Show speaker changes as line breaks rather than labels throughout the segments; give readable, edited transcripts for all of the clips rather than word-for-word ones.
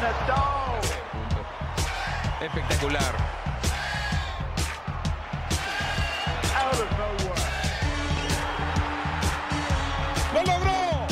Espectacular. ¡Lo logró!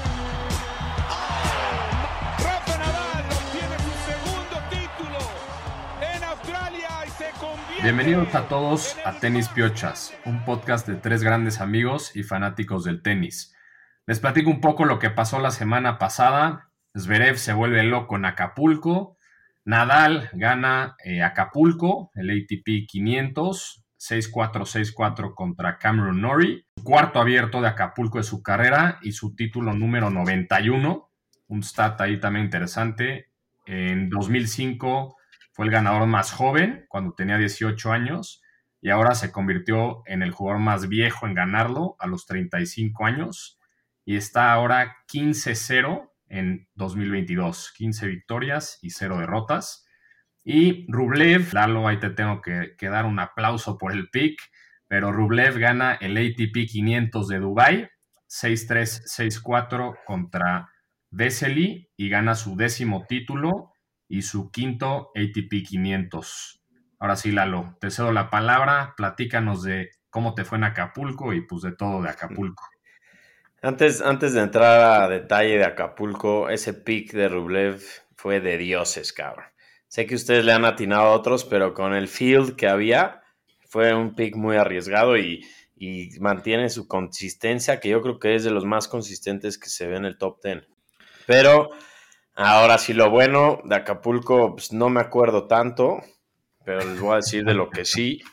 Rafa Nadal obtiene su segundo título en Australia y se convierte...
Bienvenidos a todos a Tenis Piochas, un podcast de tres grandes amigos y fanáticos del tenis. Les platico un poco lo que pasó la semana pasada. Zverev se vuelve loco en Acapulco. Nadal gana Acapulco, el ATP 500, 6-4, 6-4 contra Cameron Norrie. Cuarto abierto de Acapulco de su carrera y su título número 91. Un stat ahí también interesante. En 2005 fue el ganador más joven, cuando tenía 18 años, y ahora se convirtió en el jugador más viejo en ganarlo a los 35 años. Y está ahora 15-0 en 2022, 15 victorias y 0 derrotas. Y Rublev, Lalo, ahí te tengo que dar un aplauso por el pick, pero Rublev gana el ATP 500 de Dubái, 6-3, 6-4 contra Vesely y gana su 10º título y su 5º ATP 500. Ahora sí, Lalo, te cedo la palabra, platícanos de cómo te fue en Acapulco y pues de todo de Acapulco.
Antes de entrar a detalle de Acapulco, ese pick de Rublev fue de dioses, cabrón. Sé que ustedes le han atinado a otros, pero con el field que había, fue un pick muy arriesgado y mantiene su consistencia, que yo creo que es de los más consistentes que se ve en el top 10. Pero ahora sí, lo bueno de Acapulco, pues no me acuerdo tanto, pero les voy a decir de lo que sí.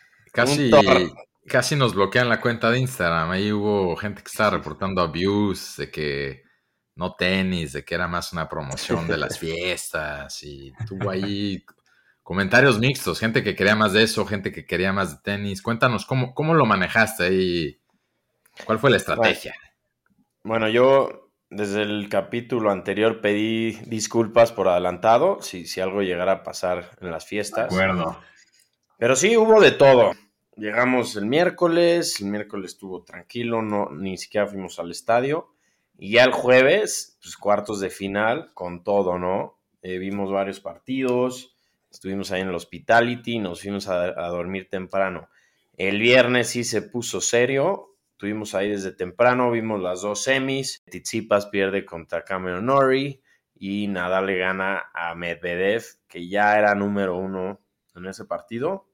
Casi nos bloquean la cuenta de Instagram. Ahí hubo gente que estaba reportando abuse, de que no tenis, de que era más una promoción de las fiestas. Y tuvo ahí comentarios mixtos. Gente que quería más de eso, gente que quería más de tenis. Cuéntanos, ¿cómo lo manejaste ahí? ¿Cuál fue la estrategia?
Bueno, yo desde el capítulo anterior pedí disculpas por adelantado, si algo llegara a pasar en las fiestas.
De acuerdo.
Pero sí, hubo de todo. Llegamos el miércoles estuvo tranquilo, ni siquiera fuimos al estadio. Y ya el jueves, pues cuartos de final, con todo, ¿no? Vimos varios partidos, estuvimos ahí en el Hospitality, nos fuimos a dormir temprano. El viernes sí se puso serio, estuvimos ahí desde temprano, vimos las dos semis. Tsitsipas pierde contra Cameron Norrie y Nadal le gana a Medvedev, que ya era número 1 en ese partido.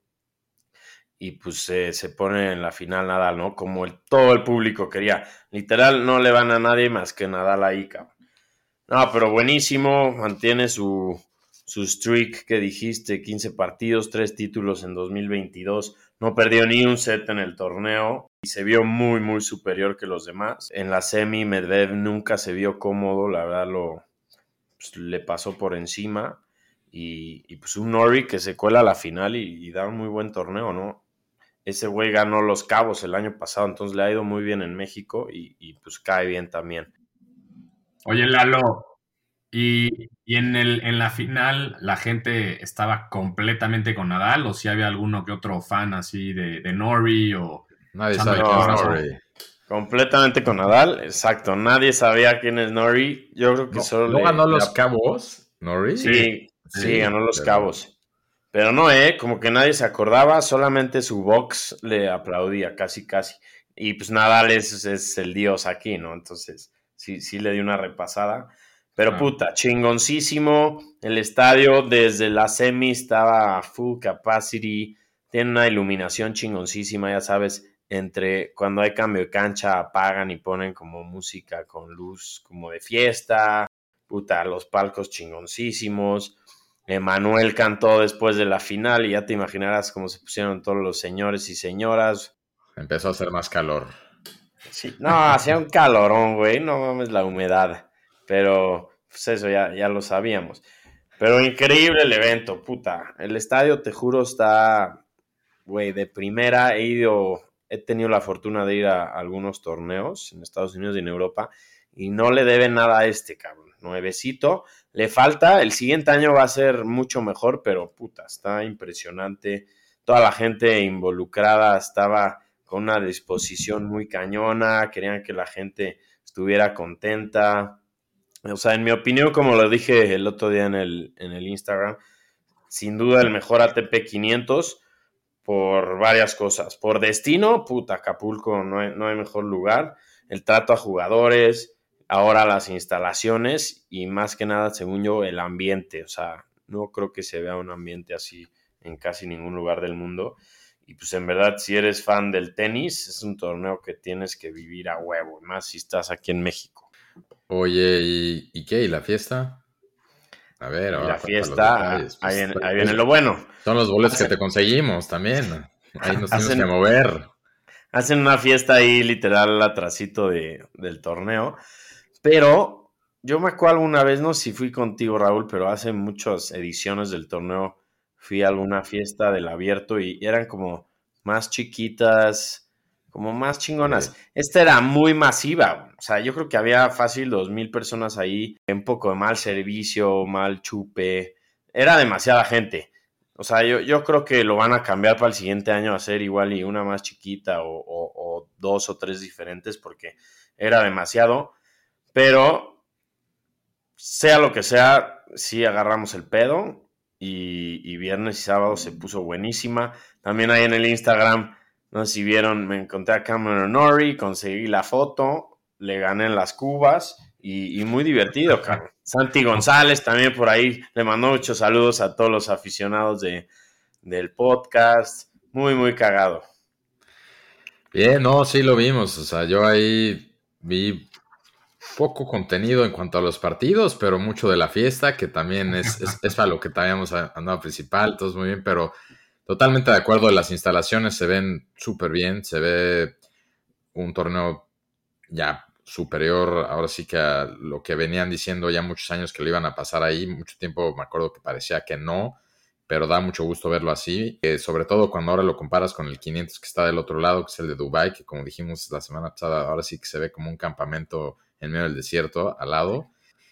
Y pues se pone en la final Nadal, ¿no? Como todo el público quería. Literal, no le van a nadie más que Nadal ahí, cabrón. No, pero buenísimo. Mantiene su streak que dijiste, 15 partidos, 3 títulos en 2022. No perdió ni un set en el torneo. Y se vio muy, muy superior que los demás. En la semi, Medvedev nunca se vio cómodo. La verdad, le pasó por encima. Y pues un Norrie que se cuela a la final y da un muy buen torneo, ¿no? Ese güey ganó Los Cabos el año pasado, entonces le ha ido muy bien en México y pues cae bien también.
Oye, Lalo, y en la final la gente estaba completamente con Nadal, o si había alguno que otro fan así de Norrie o...
Nadie sabe quién es Norrie.
Completamente con Nadal, exacto. Nadie sabía quién es Norrie. Yo creo que
¿No ganó Los Cabos, Norrie?
Sí, ganó Los Cabos. Pero no, como que nadie se acordaba, solamente su box le aplaudía, casi. Y pues Nadal es el dios aquí, ¿no? Entonces, sí le dio una repasada. Pero puta, chingoncísimo. El estadio desde la semi estaba full capacity. Tiene una iluminación chingoncísima, ya sabes. Entre cuando hay cambio de cancha, apagan y ponen como música con luz como de fiesta. Puta, los palcos chingoncísimos. Emanuel cantó después de la final y ya te imaginarás cómo se pusieron todos los señores y señoras.
Empezó a hacer más calor.
Sí, no, hacía un calorón, güey, no mames la humedad. Pero, pues eso ya lo sabíamos. Pero increíble el evento, puta. El estadio, te juro, está, güey, de primera. He tenido la fortuna de ir a algunos torneos en Estados Unidos y en Europa y no le debe nada a cabrón. Nuevecito. Le falta, el siguiente año va a ser mucho mejor, pero puta, está impresionante. Toda la gente involucrada estaba con una disposición muy cañona, querían que la gente estuviera contenta. O sea, en mi opinión, como lo dije el otro día en el Instagram, sin duda el mejor ATP 500 por varias cosas. Por destino, puta, Acapulco no hay mejor lugar. El trato a jugadores, ahora las instalaciones y más que nada, según yo, el ambiente. O sea, no creo que se vea un ambiente así en casi ningún lugar del mundo. Y pues en verdad, si eres fan del tenis, es un torneo que tienes que vivir a huevo, más si estás aquí en México.
Oye, ¿y qué? ¿Y la fiesta? A ver,
Y
ahora
la
para los
fiesta,
detalles.
ahí
Pues,
viene lo bueno.
son los boletos que te conseguimos también. Ahí nos tienes
Hacen,
que mover.
hacen una fiesta ahí literal atrasito del torneo. Pero yo me acuerdo alguna vez, no sé si fui contigo, Raúl, pero hace muchas ediciones del torneo fui a alguna fiesta del abierto y eran como más chiquitas, como más chingonas. Esta era muy masiva, o sea, yo creo que había fácil 2,000 personas ahí, un poco de mal servicio, mal chupe, era demasiada gente. O sea, yo creo que lo van a cambiar para el siguiente año a hacer igual y una más chiquita o 2 o 3 diferentes porque era demasiado. Pero, sea lo que sea, sí agarramos el pedo y viernes y sábado se puso buenísima. También ahí en el Instagram, no sé si vieron, me encontré a Cameron Norrie, conseguí la foto, le gané en las cubas y muy divertido, cabrón. Santi González también por ahí, le mandó muchos saludos a todos los aficionados del podcast. Muy, muy cagado.
Bien, no, sí lo vimos. O sea, yo ahí vi poco contenido en cuanto a los partidos, pero mucho de la fiesta, que también es para lo que traíamos andado principal, todo muy bien, pero totalmente de acuerdo, las instalaciones se ven súper bien, se ve un torneo ya superior, ahora sí que a lo que venían diciendo ya muchos años que lo iban a pasar ahí, mucho tiempo me acuerdo que parecía que no, pero da mucho gusto verlo así, sobre todo cuando ahora lo comparas con el 500 que está del otro lado, que es el de Dubái, que como dijimos la semana pasada, ahora sí que se ve como un campamento en medio del desierto al lado.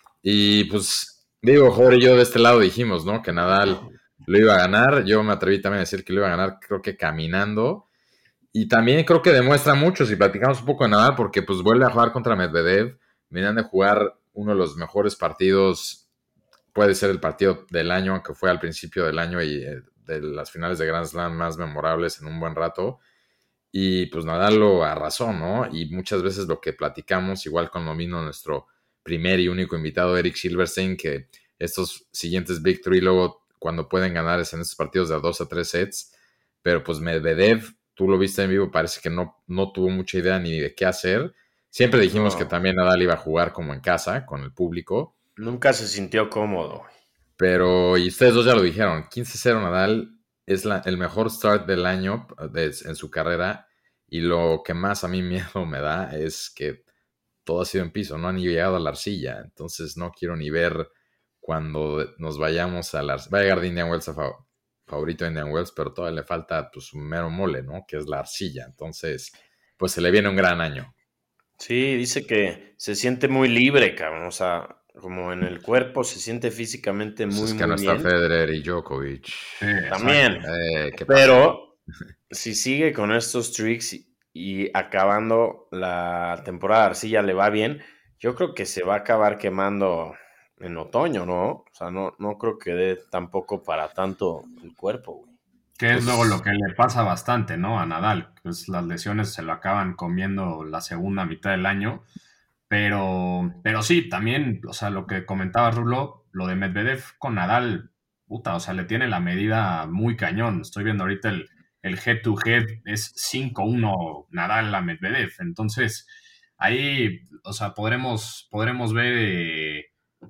Y pues digo, Jorge y yo de este lado dijimos, ¿no? Que Nadal lo iba a ganar. Yo me atreví también a decir que lo iba a ganar, creo que caminando. Y también creo que demuestra mucho, si platicamos un poco de Nadal, porque pues vuelve a jugar contra Medvedev. Venían de jugar uno de los mejores partidos, puede ser el partido del año, aunque fue al principio del año y de las finales de Grand Slam más memorables en un buen rato. Y pues Nadal lo arrasó, ¿no? Y muchas veces lo que platicamos, igual cuando vino nuestro primer y único invitado, Eric Silverstein, que estos siguientes Big Three luego cuando pueden ganar es en estos partidos de 2 a 3 sets, pero pues Medvedev, tú lo viste en vivo, parece que no tuvo mucha idea ni de qué hacer. Siempre dijimos que también Nadal iba a jugar como en casa, con el público.
Nunca se sintió cómodo.
Pero, y ustedes dos ya lo dijeron, 15-0 Nadal es el mejor start del año en su carrera, y lo que más a mí miedo me da es que todo ha sido en piso, no han ni llegado a la arcilla, entonces no quiero ni ver cuando nos vayamos a la arcilla. Va a llegar de Indian Wells favorito de Indian Wells, pero todavía le falta pues un mero mole, ¿no? Que es la arcilla, entonces pues se le viene un gran año.
Sí, dice que se siente muy libre, cabrón, o sea, como en el cuerpo se siente físicamente muy,
pues es que
muy
no está
bien.
Federer y Djokovic.
Sí, también, pero si sigue con estos tricks y acabando la temporada de arcilla le va bien, yo creo que se va a acabar quemando en otoño, ¿no? O sea, no creo que dé tampoco para tanto el cuerpo, güey.
Que es luego lo que le pasa bastante, ¿no? A Nadal, pues las lesiones se lo acaban comiendo la segunda mitad del año, pero sí, también, o sea, lo que comentaba Rulo, lo de Medvedev con Nadal, puta, o sea, le tiene la medida muy cañón. Estoy viendo ahorita el head to head, es 5-1 Nadal a Medvedev, entonces ahí, o sea, podremos ver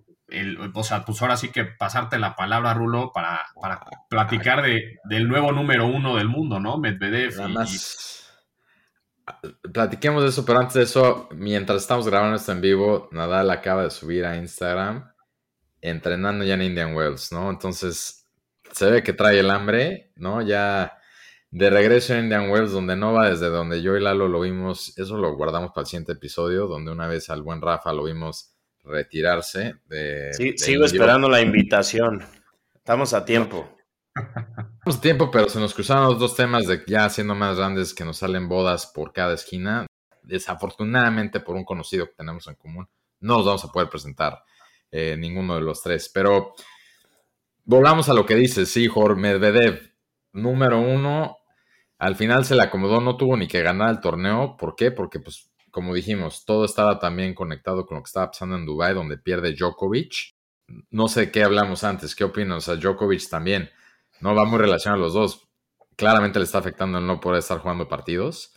o sea, pues ahora sí que pasarte la palabra, Rulo, para platicar del nuevo número 1 del mundo, ¿no? Medvedev.
Nada más platiquemos de eso, pero antes de eso, mientras estamos grabando esto en vivo, Nadal acaba de subir a Instagram entrenando ya en Indian Wells, ¿no? Entonces, se ve que trae el hambre, ¿no? Ya de regreso en Indian Wells, donde no va desde donde yo y Lalo lo vimos, eso lo guardamos para el siguiente episodio, donde una vez al buen Rafa lo vimos retirarse
Sí, sigo esperando la invitación. Estamos a tiempo.
Estamos a tiempo, pero se nos cruzaron los dos temas de ya siendo más grandes que nos salen bodas por cada esquina. Desafortunadamente, por un conocido que tenemos en común, no los vamos a poder presentar. ninguno de los tres. Pero volvamos a lo que dices, sí, Jorge. Medvedev, número 1, al final se le acomodó, no tuvo ni que ganar el torneo. ¿Por qué? Porque, pues, como dijimos, todo estaba también conectado con lo que estaba pasando en Dubái, donde pierde Djokovic. No sé qué hablamos antes, ¿qué opinas? O sea, Djokovic también, ¿no? Va muy relacionado a los dos. Claramente le está afectando el no poder estar jugando partidos.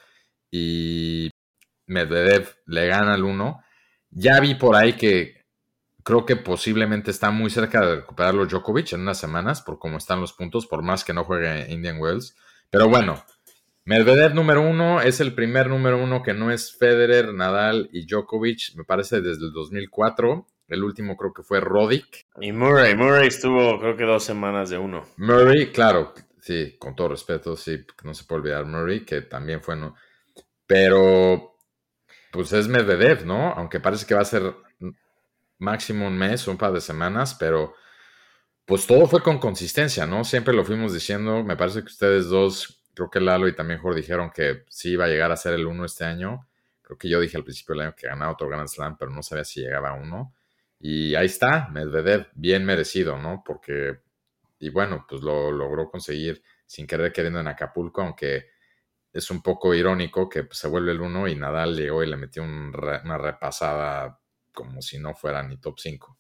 Y Medvedev le gana el 1. Ya vi por ahí que creo que posiblemente está muy cerca de recuperarlo Djokovic en unas semanas, por cómo están los puntos, por más que no juegue Indian Wells. Pero bueno, Medvedev número 1 es el primer número 1 que no es Federer, Nadal y Djokovic, me parece desde el 2004. El último creo que fue Roddick.
Y Murray estuvo creo que 2 semanas de 1.
Murray, claro, sí, con todo respeto, sí, no se puede olvidar Murray, que también fue, ¿no? Pero, pues es Medvedev, ¿no? Aunque parece que va a ser máximo un mes o un par de semanas, pero pues todo fue con consistencia, ¿no? Siempre lo fuimos diciendo, me parece que ustedes dos, creo que Lalo y también Jorge dijeron que sí iba a llegar a ser el 1 este año. Creo que yo dije al principio del año que ganaba otro Grand Slam, pero no sabía si llegaba a 1. Y ahí está, Medvedev, bien merecido, ¿no? Porque, y bueno, pues lo logró conseguir sin querer queriendo en Acapulco, aunque es un poco irónico que pues, se vuelve el 1 y Nadal llegó y le metió una repasada como si no fuera ni top 5.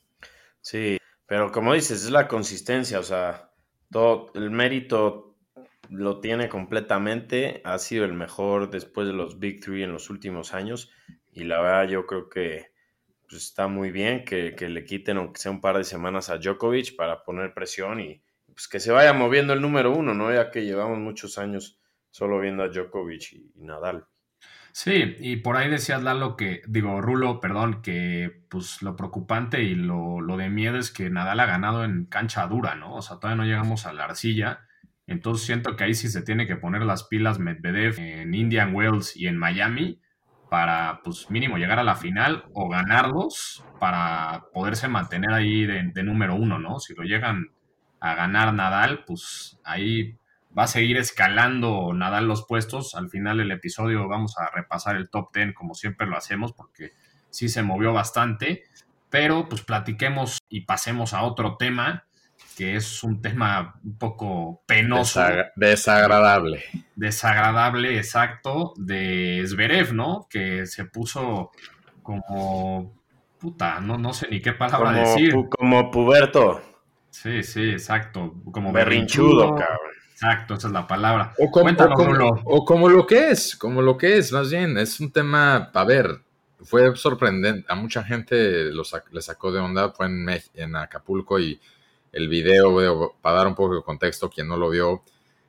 Sí, pero como dices, es la consistencia, o sea, todo el mérito lo tiene completamente, ha sido el mejor después de los Big Three en los últimos años y la verdad yo creo que pues, está muy bien que le quiten aunque sea un par de semanas a Djokovic para poner presión y pues que se vaya moviendo el número 1, ¿no? Ya que llevamos muchos años solo viendo a Djokovic y Nadal.
Sí, y por ahí decías, Lalo, Rulo, perdón, que pues lo preocupante y lo de miedo es que Nadal ha ganado en cancha dura, ¿no? O sea, todavía no llegamos a la arcilla. Entonces siento que ahí sí se tiene que poner las pilas Medvedev en Indian Wells y en Miami para, pues mínimo, llegar a la final o ganarlos para poderse mantener ahí de número 1, ¿no? Si lo llegan a ganar Nadal, pues ahí va a seguir escalando Nadal los puestos. Al final del episodio vamos a repasar el top 10 como siempre lo hacemos porque sí se movió bastante, pero pues platiquemos y pasemos a otro tema que es un tema un poco penoso.
Desagradable.
Desagradable, exacto, de Zverev, ¿no? Que se puso como puta, no sé ni qué palabra decir.
Como puberto.
Sí, exacto. Como
berrinchudo, cabrón.
Exacto, esa es la palabra.
Cuéntanos, como lo que es, más bien, es un tema, a ver, fue sorprendente, a mucha gente le sacó de onda, fue en Acapulco y el video, para dar un poco de contexto, quien no lo vio,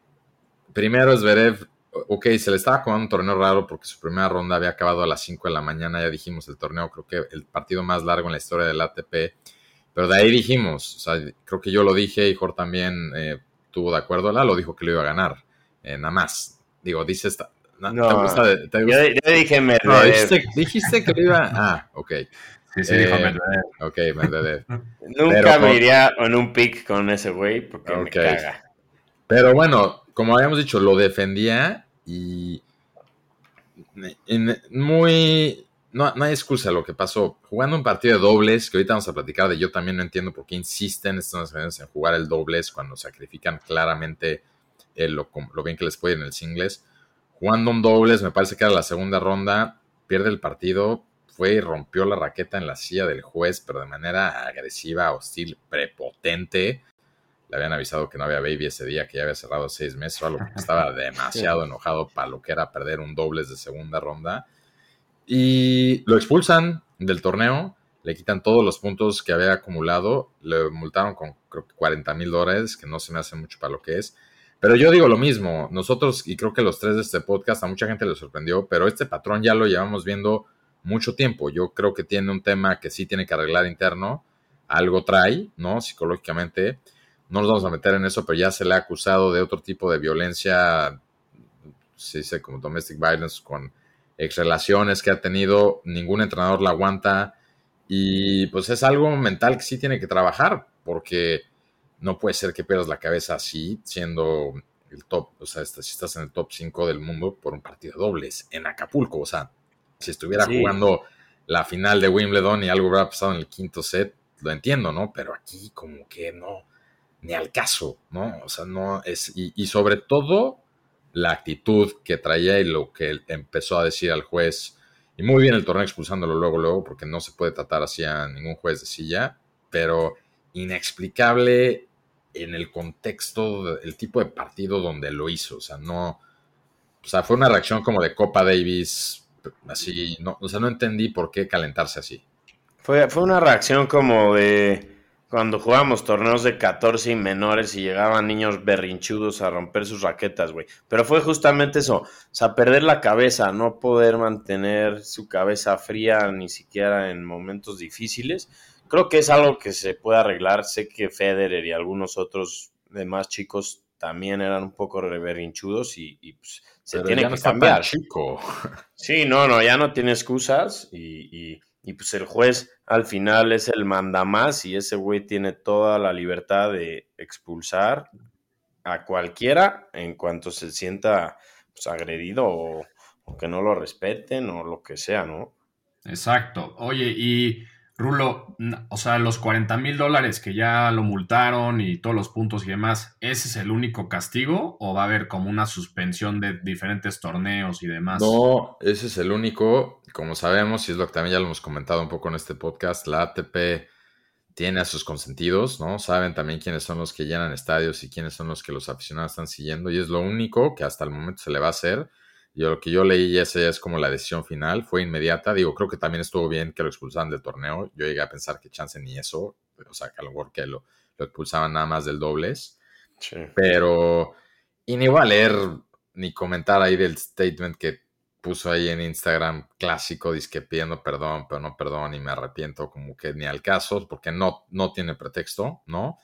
primero Zverev, ok, se le estaba acabando un torneo raro porque su primera ronda había acabado a las 5 de la mañana, ya dijimos, el torneo, creo que el partido más largo en la historia del ATP, pero de ahí dijimos, o sea, creo que yo lo dije y Jorge también estuvo de acuerdo, lo dijo que lo iba a ganar, nada más. Digo, dice esta.
No, ¿te gusta? Yo dije Medvedev.
No, dijiste que lo iba. Ah, ok.
Sí, dijo Medvedev.
Ok, Medvedev.
Nunca me iría en un pick con ese güey porque me caga.
Pero bueno, como habíamos dicho, lo defendía y muy. No hay excusa lo que pasó. Jugando un partido de dobles, que ahorita vamos a platicar de, yo también no entiendo por qué insisten estos nacionales en jugar el dobles cuando sacrifican claramente lo bien que les puede ir en el singles. Jugando un dobles, me parece que era la segunda ronda, pierde el partido, fue y rompió la raqueta en la silla del juez, pero de manera agresiva, hostil, prepotente. Le habían avisado que no había baby ese día, que ya había cerrado 6 meses o algo, porque estaba demasiado enojado para lo que era perder un dobles de segunda ronda. Y lo expulsan del torneo, le quitan todos los puntos que había acumulado, le multaron con creo que $40,000, que no se me hace mucho para lo que es. Pero yo digo lo mismo, nosotros, y creo que los tres de este podcast, a mucha gente le sorprendió, pero este patrón ya lo llevamos viendo mucho tiempo. Yo creo que tiene un tema que sí tiene que arreglar interno, algo trae, ¿no? Psicológicamente, no nos vamos a meter en eso, pero ya se le ha acusado de otro tipo de violencia, se dice como domestic violence, con exrelaciones que ha tenido, ningún entrenador la aguanta, y pues es algo mental que sí tiene que trabajar, porque no puede ser que pierdas la cabeza así, siendo el top, o sea, si estás en el top 5 del mundo por un partido de dobles en Acapulco, o sea, si estuviera jugando la final de Wimbledon y algo habrá pasado en el quinto set, lo entiendo, ¿no? Pero aquí como que no, ni al caso, ¿no? O sea, no es... Y sobre todo la actitud que traía y lo que empezó a decir al juez. Y muy bien el torneo expulsándolo luego, porque no se puede tratar así a ningún juez de silla, pero inexplicable en el contexto, el tipo de partido donde lo hizo. O sea, no... O sea, fue una reacción como de Copa Davis, así, no, o sea, no entendí por qué calentarse así.
Fue una reacción como de cuando jugábamos torneos de 14 y menores y llegaban niños berrinchudos a romper sus raquetas, güey. Pero fue justamente eso, o sea, perder la cabeza, no poder mantener su cabeza fría ni siquiera en momentos difíciles. Creo que es algo que se puede arreglar. Sé que Federer y algunos otros demás chicos también eran un poco berrinchudos y pues, se
Pero
tiene
ya no
que
está tan
cambiar.
chico.
Sí, no, ya no tiene excusas y pues el juez al final es el mandamás y ese güey tiene toda la libertad de expulsar a cualquiera en cuanto se sienta pues, agredido o que no lo respeten o lo que sea, ¿no?
Exacto. Oye, y Rulo, o sea, los $40,000 que ya lo multaron y todos los puntos y demás, ¿ese es el único castigo o va a haber como una suspensión de diferentes torneos y demás?
No, ese es el único. Como sabemos, y es lo que también ya lo hemos comentado un poco en este podcast, la ATP tiene a sus consentidos, ¿no? Saben también quiénes son los que llenan estadios y quiénes son los que los aficionados están siguiendo, y es lo único que hasta el momento se le va a hacer. Y lo que yo leí, ya es como la decisión final, fue inmediata. Digo, creo que también estuvo bien que lo expulsaran del torneo. Yo llegué a pensar que chance ni eso, o sea, que a lo mejor que lo expulsaban nada más del dobles.
Sí.
Pero, y ni voy a leer ni comentar ahí del statement que puso ahí en Instagram clásico, dizque pidiendo perdón, pero no perdón y me arrepiento, como que ni al caso, porque no tiene pretexto, ¿no?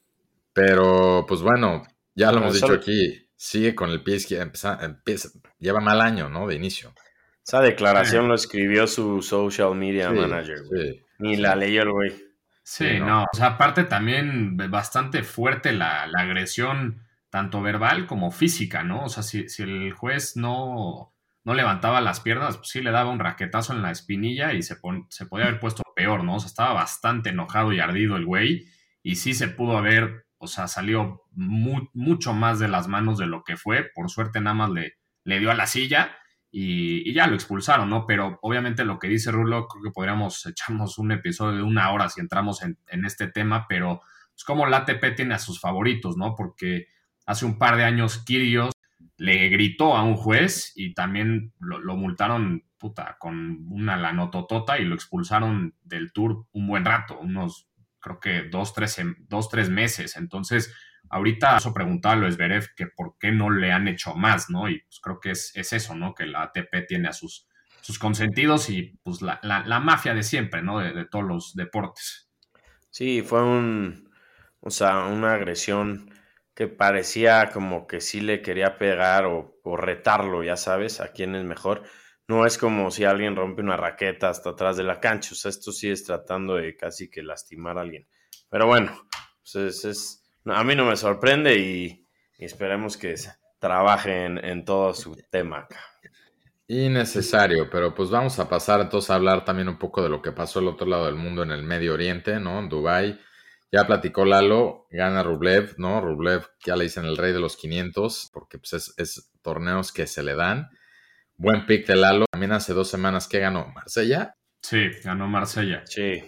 Pero, pues bueno, ya lo hemos dicho aquí, sigue con el pie izquierdo, lleva mal año, ¿no? De inicio.
Esa declaración lo escribió su social media
Sí,
manager, güey.
sí.
Ni
Sí.
la leyó el güey.
Sí,
no.
no. O sea, aparte también bastante fuerte la agresión, tanto verbal como física, ¿no? O sea, si el juez no levantaba las piernas, pues sí le daba un raquetazo en la espinilla y se podía haber puesto peor, ¿no? O sea, estaba bastante enojado y ardido el güey y sí se pudo haber, o sea, salió mucho más de las manos de lo que fue. Por suerte nada más le dio a la silla y ya lo expulsaron, ¿no? Pero obviamente lo que dice Rulo, creo que podríamos echarnos un episodio de 1 hora si entramos en este tema, pero es como la ATP tiene a sus favoritos, ¿no? Porque hace un par de años Kyrgios le gritó a un juez y también lo multaron, puta, con una lanototota y lo expulsaron del tour un buen rato, unos, creo que 3 meses. Entonces, ahorita eso preguntaba a Zverev que por qué no le han hecho más, ¿no? Y pues creo que es eso, ¿no? Que la ATP tiene a sus consentidos y pues la mafia de siempre, ¿no? De todos los deportes.
Sí, fue o sea, una agresión que parecía como que sí le quería pegar o retarlo, ya sabes, a quién es mejor. No es como si alguien rompe una raqueta hasta atrás de la cancha, o sea, esto sí es tratando de casi que lastimar a alguien. Pero bueno, pues a mí no me sorprende y esperemos que trabaje en todo su tema.
Innecesario, pero pues vamos a pasar entonces a hablar también un poco de lo que pasó al otro lado del mundo en el Medio Oriente, ¿no? En Dubái. Ya platicó Lalo, gana Rublev, ¿no? Rublev ya le dicen el rey de los 500, porque pues es torneos que se le dan. Buen pick de Lalo. También hace 2 semanas que ganó Marsella.
Sí, ganó Marsella.
Sí.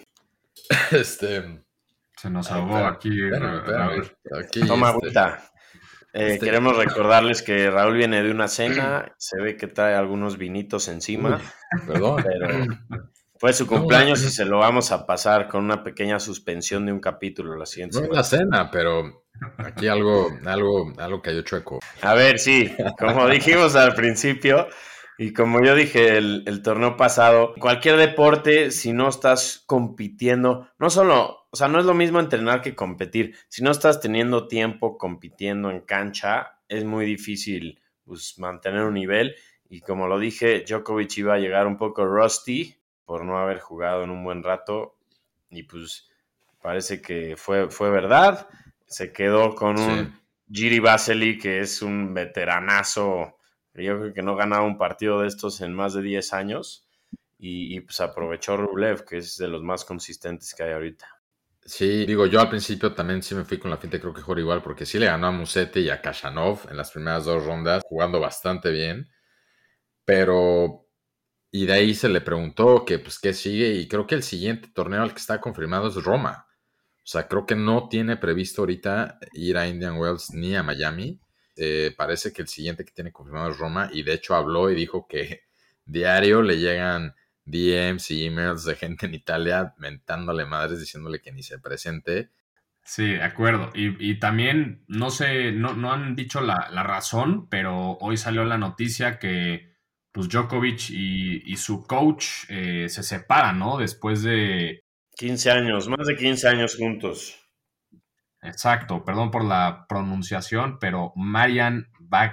Se nos ahogó aquí.
Espérame. Aquí,
Toma agüita. Queremos recordarles que Raúl viene de una cena, se ve que trae algunos vinitos encima.
Perdón.
Pero fue su cumpleaños y se lo vamos a pasar con una pequeña suspensión de un capítulo la siguiente
No es
semana.
la cena, pero aquí algo cayó chueco.
A ver, sí, como dijimos al principio y como yo dije el torneo pasado, cualquier deporte, si no estás compitiendo, no solo, o sea, no es lo mismo entrenar que competir. Si no estás teniendo tiempo compitiendo en cancha, es muy difícil pues, mantener un nivel. Y como lo dije, Djokovic iba a llegar un poco rusty por no haber jugado en un buen rato. Y pues parece que fue verdad. Se quedó con un Giri Vasily, que es un veteranazo. Yo creo que no ganaba un partido de estos en más de 10 años. y pues aprovechó Rublev, que es de los más consistentes que hay ahorita.
Sí, digo, yo al principio también sí me fui con la finta, creo que juega igual, porque sí le ganó a Musetti y a Khachanov en las primeras 2 rondas, jugando bastante bien, pero y de ahí se le preguntó que pues qué sigue, y creo que el siguiente torneo al que está confirmado es Roma. O sea, creo que no tiene previsto ahorita ir a Indian Wells ni a Miami. Parece que el siguiente que tiene confirmado es Roma, y de hecho habló y dijo que diario le llegan DMs y emails de gente en Italia mentándole madres, diciéndole que ni se presente.
Sí, de acuerdo. Y también, no sé, no han dicho la razón, pero hoy salió la noticia que pues Djokovic y su coach se separan, ¿no? Después de
15 años, más de 15 años juntos.
Exacto, perdón por la pronunciación, pero Marian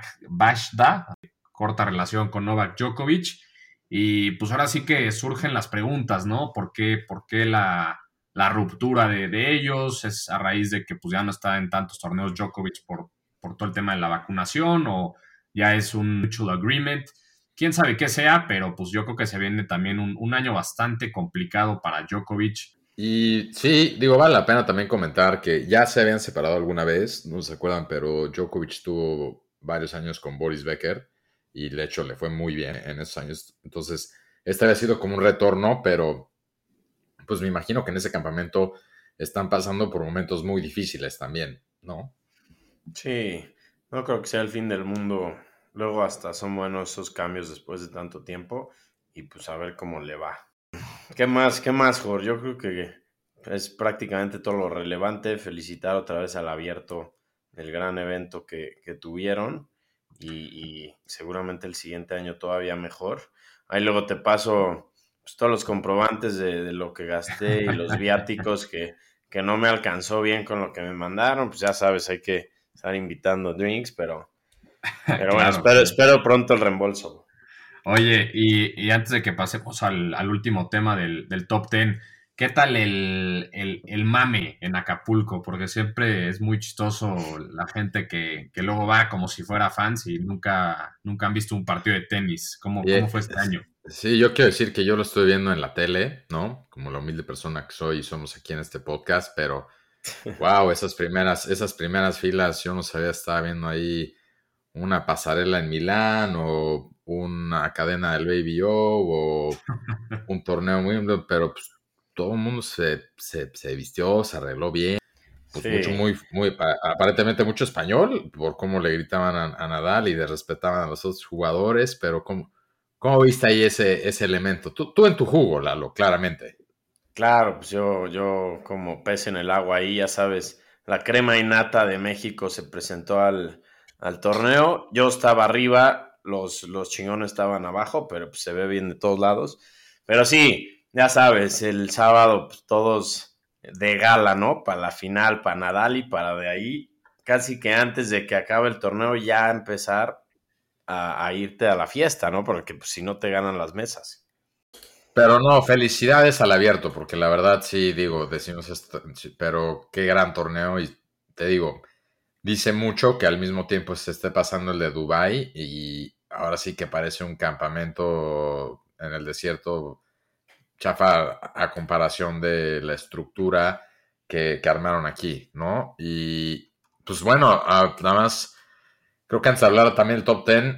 Bajda, corta relación con Novak Djokovic. Y pues ahora sí que surgen las preguntas, ¿no? ¿Por qué la ruptura de ellos? ¿Es a raíz de que pues ya no está en tantos torneos Djokovic por todo el tema de la vacunación? ¿O ya es un mutual agreement? Quién sabe qué sea, pero pues yo creo que se viene también un año bastante complicado para Djokovic.
Y sí, digo, vale la pena también comentar que ya se habían separado alguna vez, no se acuerdan, pero Djokovic tuvo varios años con Boris Becker y de hecho le fue muy bien en esos años. Entonces, este había sido como un retorno, pero pues me imagino que en ese campamento están pasando por momentos muy difíciles también, ¿no?
Sí, no creo que sea el fin del mundo. Luego hasta son buenos esos cambios después de tanto tiempo y pues a ver cómo le va. Qué más, Jorge? Yo creo que es prácticamente todo lo relevante. Felicitar otra vez al Abierto del gran evento que tuvieron y seguramente el siguiente año todavía mejor. Ahí luego te paso pues, todos los comprobantes de lo que gasté y los viáticos que no me alcanzó bien con lo que me mandaron. Pues ya sabes, hay que estar invitando drinks, pero bueno,
Claro.
espero pronto el reembolso.
Oye, y antes de que pasemos al último tema del top 10, ¿qué tal el mame en Acapulco? Porque siempre es muy chistoso la gente que luego va como si fuera fans y nunca han visto un partido de tenis. ¿Cómo fue este año?
Sí, yo quiero decir que yo lo estoy viendo en la tele, ¿no? Como la humilde persona que soy y somos aquí en este podcast, pero wow, esas primeras filas, yo no sabía, estaba viendo ahí una pasarela en Milán o una cadena del Baby O o un torneo muy, pero pues todo el mundo se vistió, se arregló bien, pues mucho,
Sí.
aparentemente mucho español, por cómo le gritaban a Nadal y le respetaban a los otros jugadores, pero ¿cómo viste ahí ese elemento? Tú en tu jugo, Lalo, claramente.
Claro, pues yo como pez en el agua ahí, ya sabes, la crema innata de México se presentó al torneo. Yo estaba arriba, los chingones estaban abajo, pero pues se ve bien de todos lados. Pero sí, ya sabes, el sábado pues, todos de gala, ¿no? Para la final, para Nadal y para de ahí, casi que antes de que acabe el torneo ya empezar a irte a la fiesta, ¿no? Porque pues, si no te ganan las mesas.
Pero no, felicidades al abierto, porque la verdad sí, digo, decimos esto, sí, pero qué gran torneo y te digo, dice mucho que al mismo tiempo se esté pasando el de Dubai y ahora sí que parece un campamento en el desierto chafa a comparación de la estructura que armaron aquí, ¿no? Y pues bueno, nada más, creo que antes de hablar también del top 10,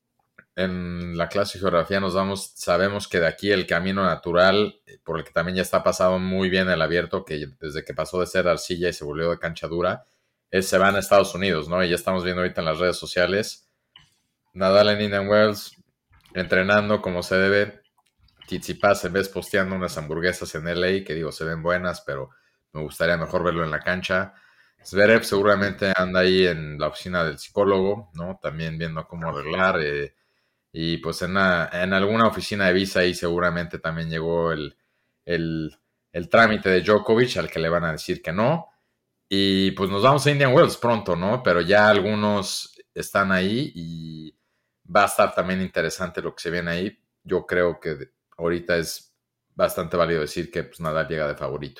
en la clase de geografía sabemos que de aquí el camino natural, por el que también ya está pasado muy bien el abierto, que desde que pasó de ser arcilla y se volvió de cancha dura, se van a Estados Unidos, ¿no? Y ya estamos viendo ahorita en las redes sociales, Nadal en Indian Wells, entrenando como se debe, Tsitsipas en vez posteando unas hamburguesas en LA, que digo, se ven buenas, pero me gustaría mejor verlo en la cancha. Zverev seguramente anda ahí en la oficina del psicólogo, ¿no? También viendo cómo arreglar, y pues en alguna oficina de visa ahí seguramente también llegó el trámite de Djokovic al que le van a decir que no. Y pues nos vamos a Indian Wells pronto, ¿no? Pero ya algunos están ahí y va a estar también interesante lo que se viene ahí. Yo creo que ahorita es bastante válido decir que pues Nadal llega de favorito.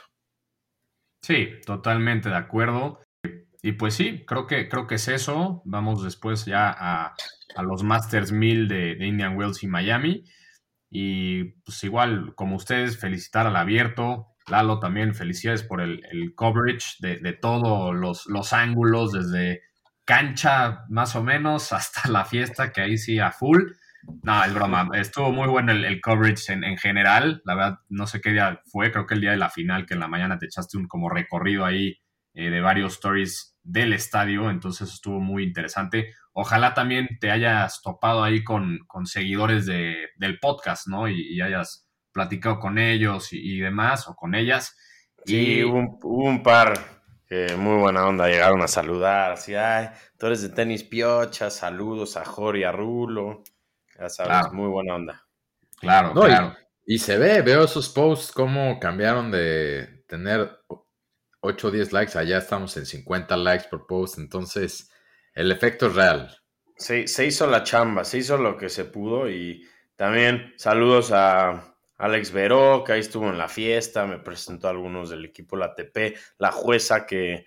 Sí, totalmente de acuerdo. Y pues sí, creo que es eso. Vamos después ya a los Masters 1000 de Indian Wells y Miami. Y pues igual, como ustedes, felicitar al abierto. Lalo, también felicidades por el coverage de todos los ángulos, desde cancha más o menos hasta la fiesta, que ahí sí a full. No, es broma. Estuvo muy bueno el coverage en general. La verdad, no sé qué día fue. Creo que el día de la final, que en la mañana te echaste un como recorrido ahí de varios stories del estadio. Entonces estuvo muy interesante. Ojalá también te hayas topado ahí con seguidores del podcast, ¿no? Y hayas platicado con ellos y demás, o con ellas.
Sí,
Y
hubo un par que muy buena onda, llegaron a saludar, así, ay, tú eres de Tenis Piocha, saludos a Jorge y a Rulo, ya sabes,
claro,
muy buena onda.
claro,
No,
claro.
y se veo esos posts cómo cambiaron de tener 8 o 10 likes, allá estamos en 50 likes por post, entonces el efecto es real.
Se hizo la chamba, se hizo lo que se pudo y también saludos a Alex Veró, que ahí estuvo en la fiesta, me presentó a algunos del equipo La ATP, la jueza que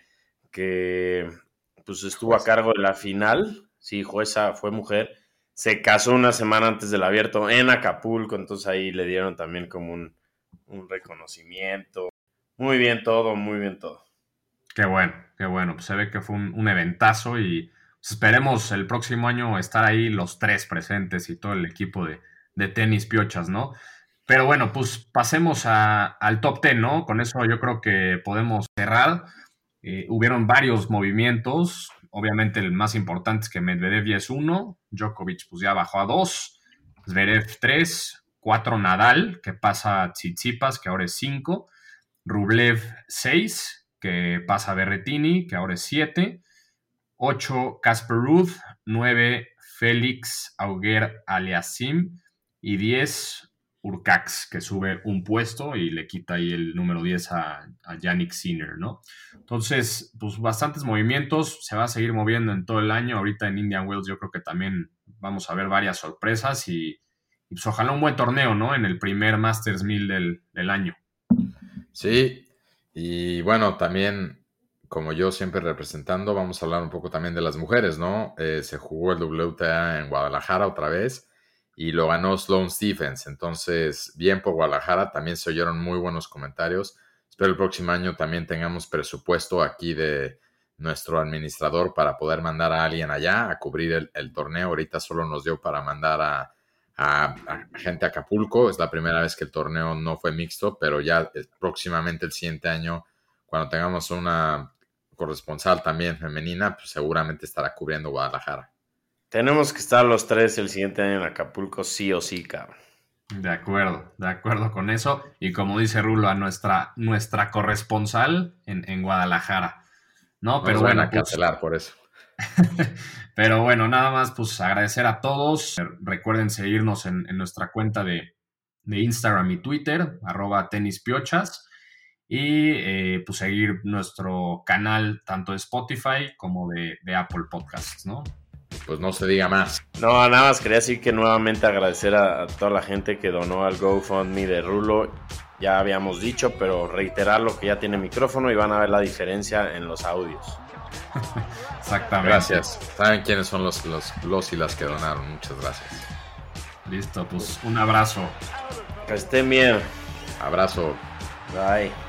pues estuvo a cargo de la final, sí, jueza, fue mujer, se casó una semana antes del abierto en Acapulco, entonces ahí le dieron también como un reconocimiento. Muy bien todo, muy bien todo.
Qué bueno, qué bueno. Pues se ve que fue un eventazo y pues esperemos el próximo año estar ahí los tres presentes y todo el equipo de tenis piochas, ¿no? Pero bueno, pues pasemos al top 10, ¿no? Con eso yo creo que podemos cerrar. Hubieron varios movimientos. Obviamente el más importante es que Medvedev ya es 1, Djokovic pues ya bajó a 2, Zverev 3, 4 Nadal, que pasa a Tsitsipas, que ahora es 5, Rublev 6, que pasa a Berrettini, que ahora es 7, 8 Casper Ruud, 9 Félix Auger-Aliassime y 10 Urcax, que sube un puesto y le quita ahí el número 10 a Yannick Sinner, ¿no? Entonces, pues bastantes movimientos, se va a seguir moviendo en todo el año. Ahorita en Indian Wells yo creo que también vamos a ver varias sorpresas y pues ojalá un buen torneo, ¿no? En el primer Masters 1000 del año.
Sí, y bueno, también, como yo siempre representando, vamos a hablar un poco también de las mujeres, ¿no? Se jugó el WTA en Guadalajara otra vez y lo ganó Sloane Stephens. Entonces, bien por Guadalajara, también se oyeron muy buenos comentarios. Espero el próximo año también tengamos presupuesto aquí de nuestro administrador para poder mandar a alguien allá a cubrir el torneo. Ahorita solo nos dio para mandar a gente a Acapulco. Es la primera vez que el torneo no fue mixto, pero ya próximamente el siguiente año, cuando tengamos una corresponsal también femenina, pues seguramente estará cubriendo Guadalajara.
Tenemos que estar los tres el siguiente año en Acapulco, sí o sí, cabrón.
De acuerdo con eso. Y como dice Rulo, a nuestra corresponsal en Guadalajara. No, pero
nos van
bueno,
a cancelar por eso.
Pero bueno, nada más pues agradecer a todos. Recuerden seguirnos en nuestra cuenta de Instagram y Twitter, @tenispiochas. Y pues seguir nuestro canal tanto de Spotify como de Apple Podcasts, ¿no?
Pues no se diga más.
No, nada más quería decir que nuevamente agradecer a toda la gente que donó al GoFundMe de Rulo. Ya habíamos dicho, pero reiterarlo que ya tiene micrófono y van a ver la diferencia en los audios.
Exactamente.
Gracias. Saben quiénes son los y las que donaron. Muchas gracias.
Listo, pues un abrazo.
Que estén bien.
Abrazo.
Bye.